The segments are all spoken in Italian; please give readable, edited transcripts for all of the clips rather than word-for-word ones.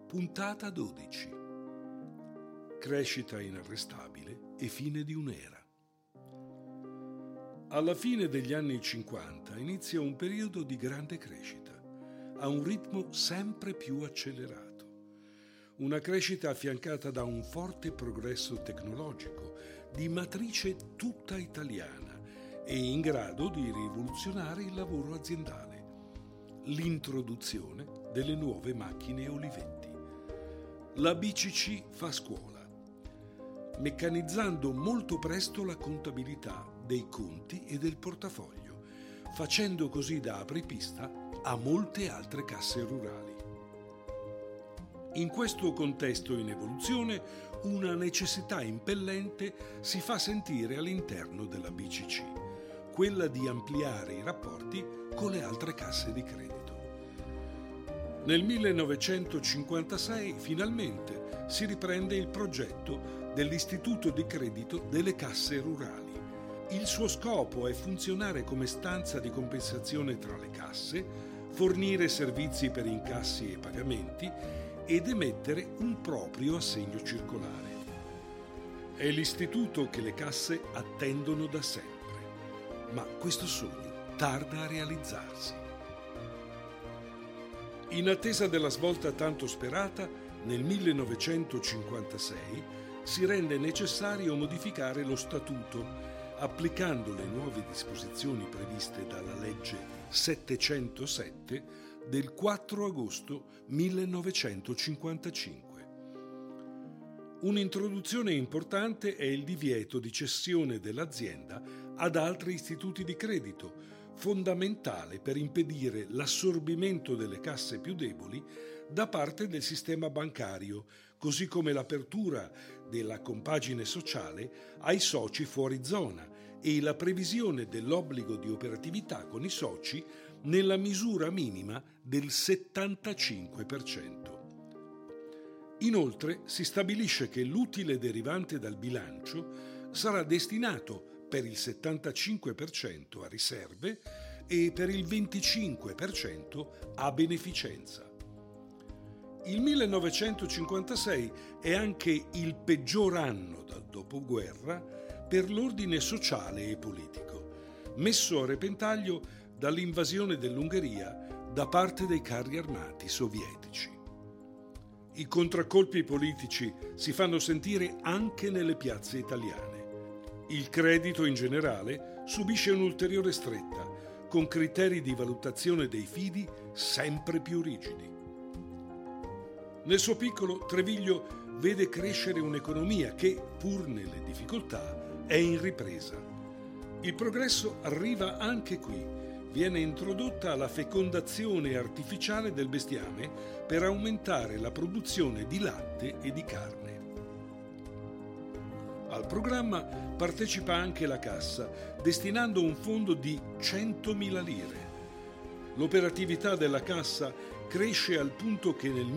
puntata 12. Crescita inarrestabile e fine di un'era. Alla fine degli anni 50 inizia un periodo di grande crescita, a un ritmo sempre più accelerato. Una crescita affiancata da un forte progresso tecnologico, di matrice tutta italiana e in grado di rivoluzionare il lavoro aziendale. L'introduzione delle nuove macchine Olivetti. La BCC fa scuola, meccanizzando molto presto la contabilità dei conti e del portafoglio, facendo così da apripista a molte altre casse rurali. In questo contesto in evoluzione, una necessità impellente si fa sentire all'interno della BCC, quella di ampliare i rapporti con le altre casse di credito. Nel 1956 finalmente si riprende il progetto dell'Istituto di Credito delle Casse Rurali. Il suo scopo è funzionare come stanza di compensazione tra le casse, fornire servizi per incassi e pagamenti ed emettere un proprio assegno circolare. È l'istituto che le casse attendono da sempre, ma questo sogno tarda a realizzarsi. In attesa della svolta tanto sperata, nel 1956 si rende necessario modificare lo statuto, applicando le nuove disposizioni previste dalla legge 707 del 4 agosto 1955. Un'introduzione importante è il divieto di cessione dell'azienda ad altri istituti di credito, fondamentale per impedire l'assorbimento delle casse più deboli da parte del sistema bancario, così come l'apertura della compagine sociale ai soci fuori zona e la previsione dell'obbligo di operatività con i soci nella misura minima del 75%. Inoltre si stabilisce che l'utile derivante dal bilancio sarà destinato per il 75% a riserve e per il 25% a beneficenza. Il 1956 è anche il peggior anno dal dopoguerra per l'ordine sociale e politico, messo a repentaglio dall'invasione dell'Ungheria da parte dei carri armati sovietici. I contraccolpi politici si fanno sentire anche nelle piazze italiane. Il credito in generale subisce un'ulteriore stretta, con criteri di valutazione dei fidi sempre più rigidi. Nel suo piccolo, Treviglio vede crescere un'economia che, pur nelle difficoltà, è in ripresa. Il progresso arriva anche qui. Viene introdotta la fecondazione artificiale del bestiame per aumentare la produzione di latte e di carne. Al programma partecipa anche la Cassa, destinando un fondo di 100.000 lire. L'operatività della Cassa cresce al punto che nel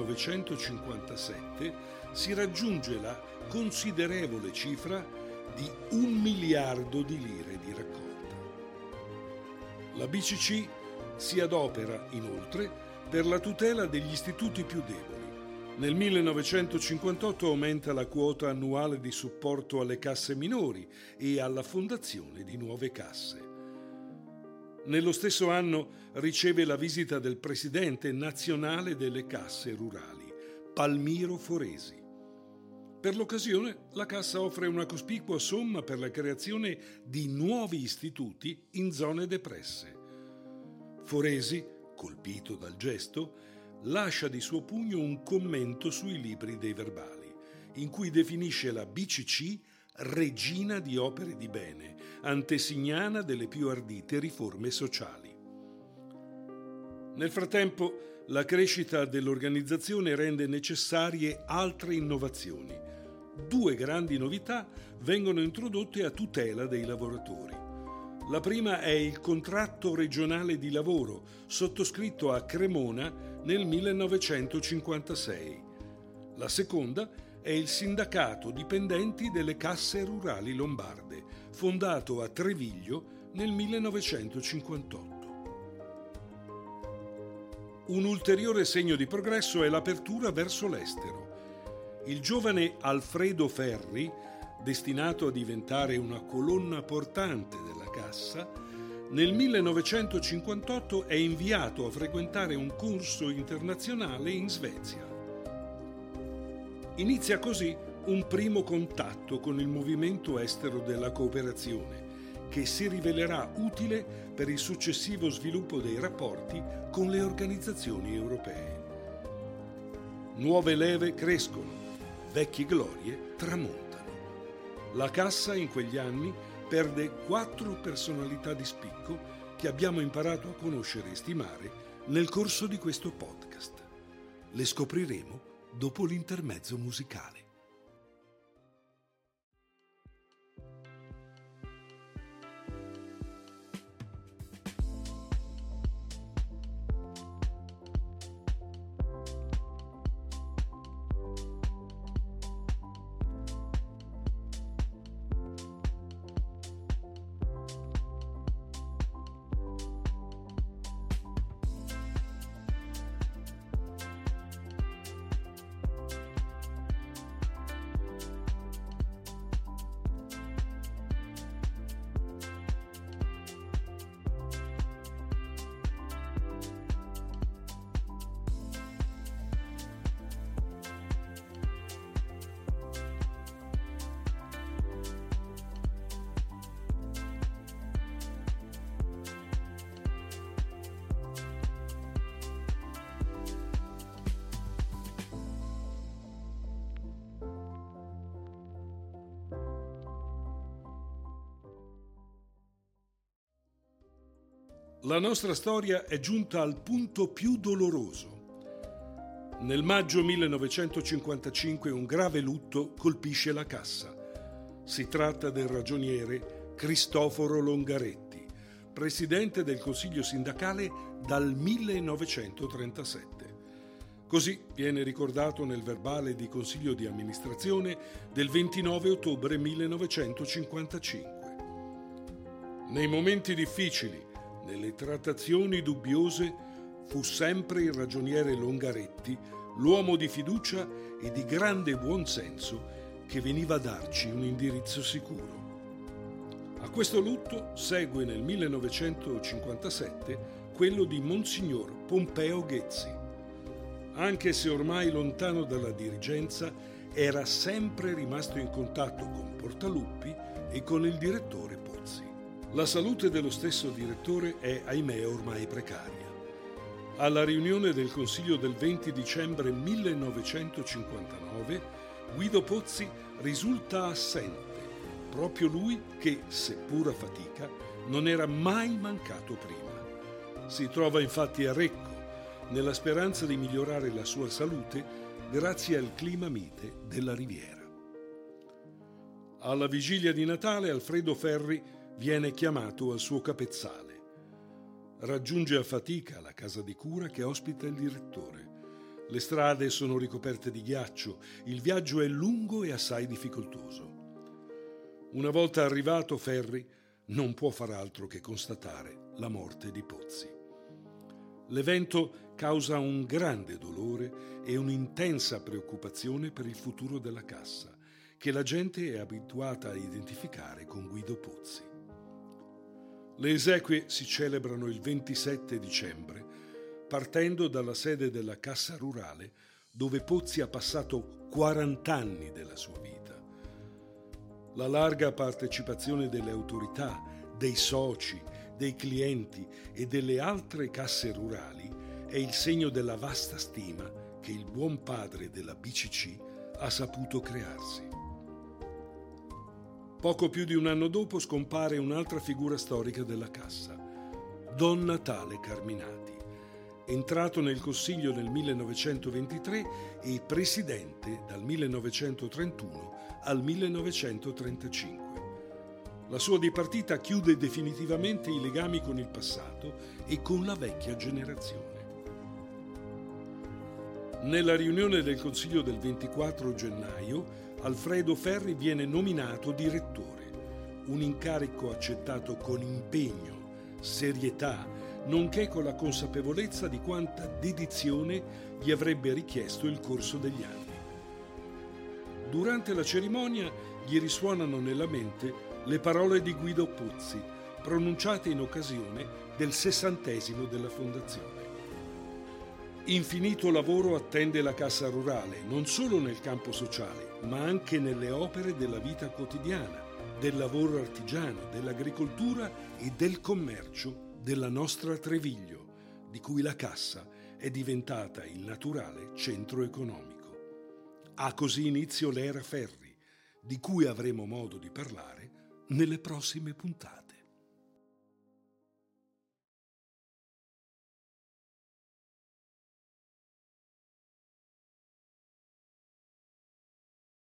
1957 si raggiunge la considerevole cifra di 1 miliardo di lire di raccolta. La BCC si adopera, inoltre, per la tutela degli istituti più deboli. Nel 1958 aumenta la quota annuale di supporto alle casse minori e alla fondazione di nuove casse. Nello stesso anno riceve la visita del presidente nazionale delle casse rurali, Palmiro Foresi. Per l'occasione, la Cassa offre una cospicua somma per la creazione di nuovi istituti in zone depresse. Foresi, colpito dal gesto, lascia di suo pugno un commento sui libri dei verbali, in cui definisce la BCC regina di opere di bene, antesignana delle più ardite riforme sociali. Nel frattempo, la crescita dell'organizzazione rende necessarie altre innovazioni. 2 grandi novità vengono introdotte a tutela dei lavoratori. La prima è il contratto regionale di lavoro, sottoscritto a Cremona nel 1956. La seconda è il sindacato dipendenti delle casse rurali lombarde, fondato a Treviglio nel 1958. Un ulteriore segno di progresso è l'apertura verso l'estero. Il giovane Alfredo Ferri, destinato a diventare una colonna portante della Cassa, nel 1958 è inviato a frequentare un corso internazionale in Svezia. Inizia così un primo contatto con il movimento estero della cooperazione, che si rivelerà utile per il successivo sviluppo dei rapporti con le organizzazioni europee. Nuove leve crescono, vecchie glorie tramontano. La Cassa in quegli anni perde 4 personalità di spicco che abbiamo imparato a conoscere e stimare nel corso di questo podcast. Le scopriremo dopo l'intermezzo musicale. La nostra storia è giunta al punto più doloroso. Nel maggio 1955 un grave lutto colpisce la Cassa. Si tratta del ragioniere Cristoforo Longaretti, presidente del Consiglio sindacale dal 1937. Così viene ricordato nel verbale di Consiglio di amministrazione del 29 ottobre 1955. Nei momenti difficili, nelle trattazioni dubbiose, fu sempre il ragioniere Longaretti l'uomo di fiducia e di grande buonsenso che veniva a darci un indirizzo sicuro. A questo lutto segue nel 1957 quello di Monsignor Pompeo Ghezzi. Anche se ormai lontano dalla dirigenza, era sempre rimasto in contatto con Portaluppi e con il direttore Pozzi. La salute dello stesso direttore è, ahimè, ormai precaria. Alla riunione del Consiglio del 20 dicembre 1959, Guido Pozzi risulta assente, proprio lui che, seppur a fatica, non era mai mancato prima. Si trova infatti a Recco, nella speranza di migliorare la sua salute grazie al clima mite della Riviera. Alla vigilia di Natale Alfredo Ferri viene chiamato al suo capezzale. Raggiunge a fatica la casa di cura che ospita il direttore. Le strade sono ricoperte di ghiaccio, il viaggio è lungo e assai difficoltoso. Una volta arrivato Ferri non può far altro che constatare la morte di Pozzi. L'evento causa un grande dolore e un'intensa preoccupazione per il futuro della Cassa, che la gente è abituata a identificare con Guido Pozzi. Le esequie si celebrano il 27 dicembre, partendo dalla sede della Cassa Rurale, dove Pozzi ha passato 40 anni della sua vita. La larga partecipazione delle autorità, dei soci, dei clienti e delle altre casse rurali è il segno della vasta stima che il buon padre della BCC ha saputo crearsi. Poco più di un anno dopo scompare un'altra figura storica della Cassa, Don Natale Carminati, entrato nel Consiglio nel 1923 e presidente dal 1931 al 1935. La sua dipartita chiude definitivamente i legami con il passato e con la vecchia generazione. Nella riunione del Consiglio del 24 gennaio, Alfredo Ferri viene nominato direttore, un incarico accettato con impegno, serietà, nonché con la consapevolezza di quanta dedizione gli avrebbe richiesto il corso degli anni. Durante la cerimonia gli risuonano nella mente le parole di Guido Puzzi, pronunciate in occasione del 60° della fondazione. Infinito lavoro attende la Cassa Rurale, non solo nel campo sociale, ma anche nelle opere della vita quotidiana, del lavoro artigiano, dell'agricoltura e del commercio della nostra Treviglio, di cui la Cassa è diventata il naturale centro economico. Ha così inizio l'era Ferri, di cui avremo modo di parlare nelle prossime puntate.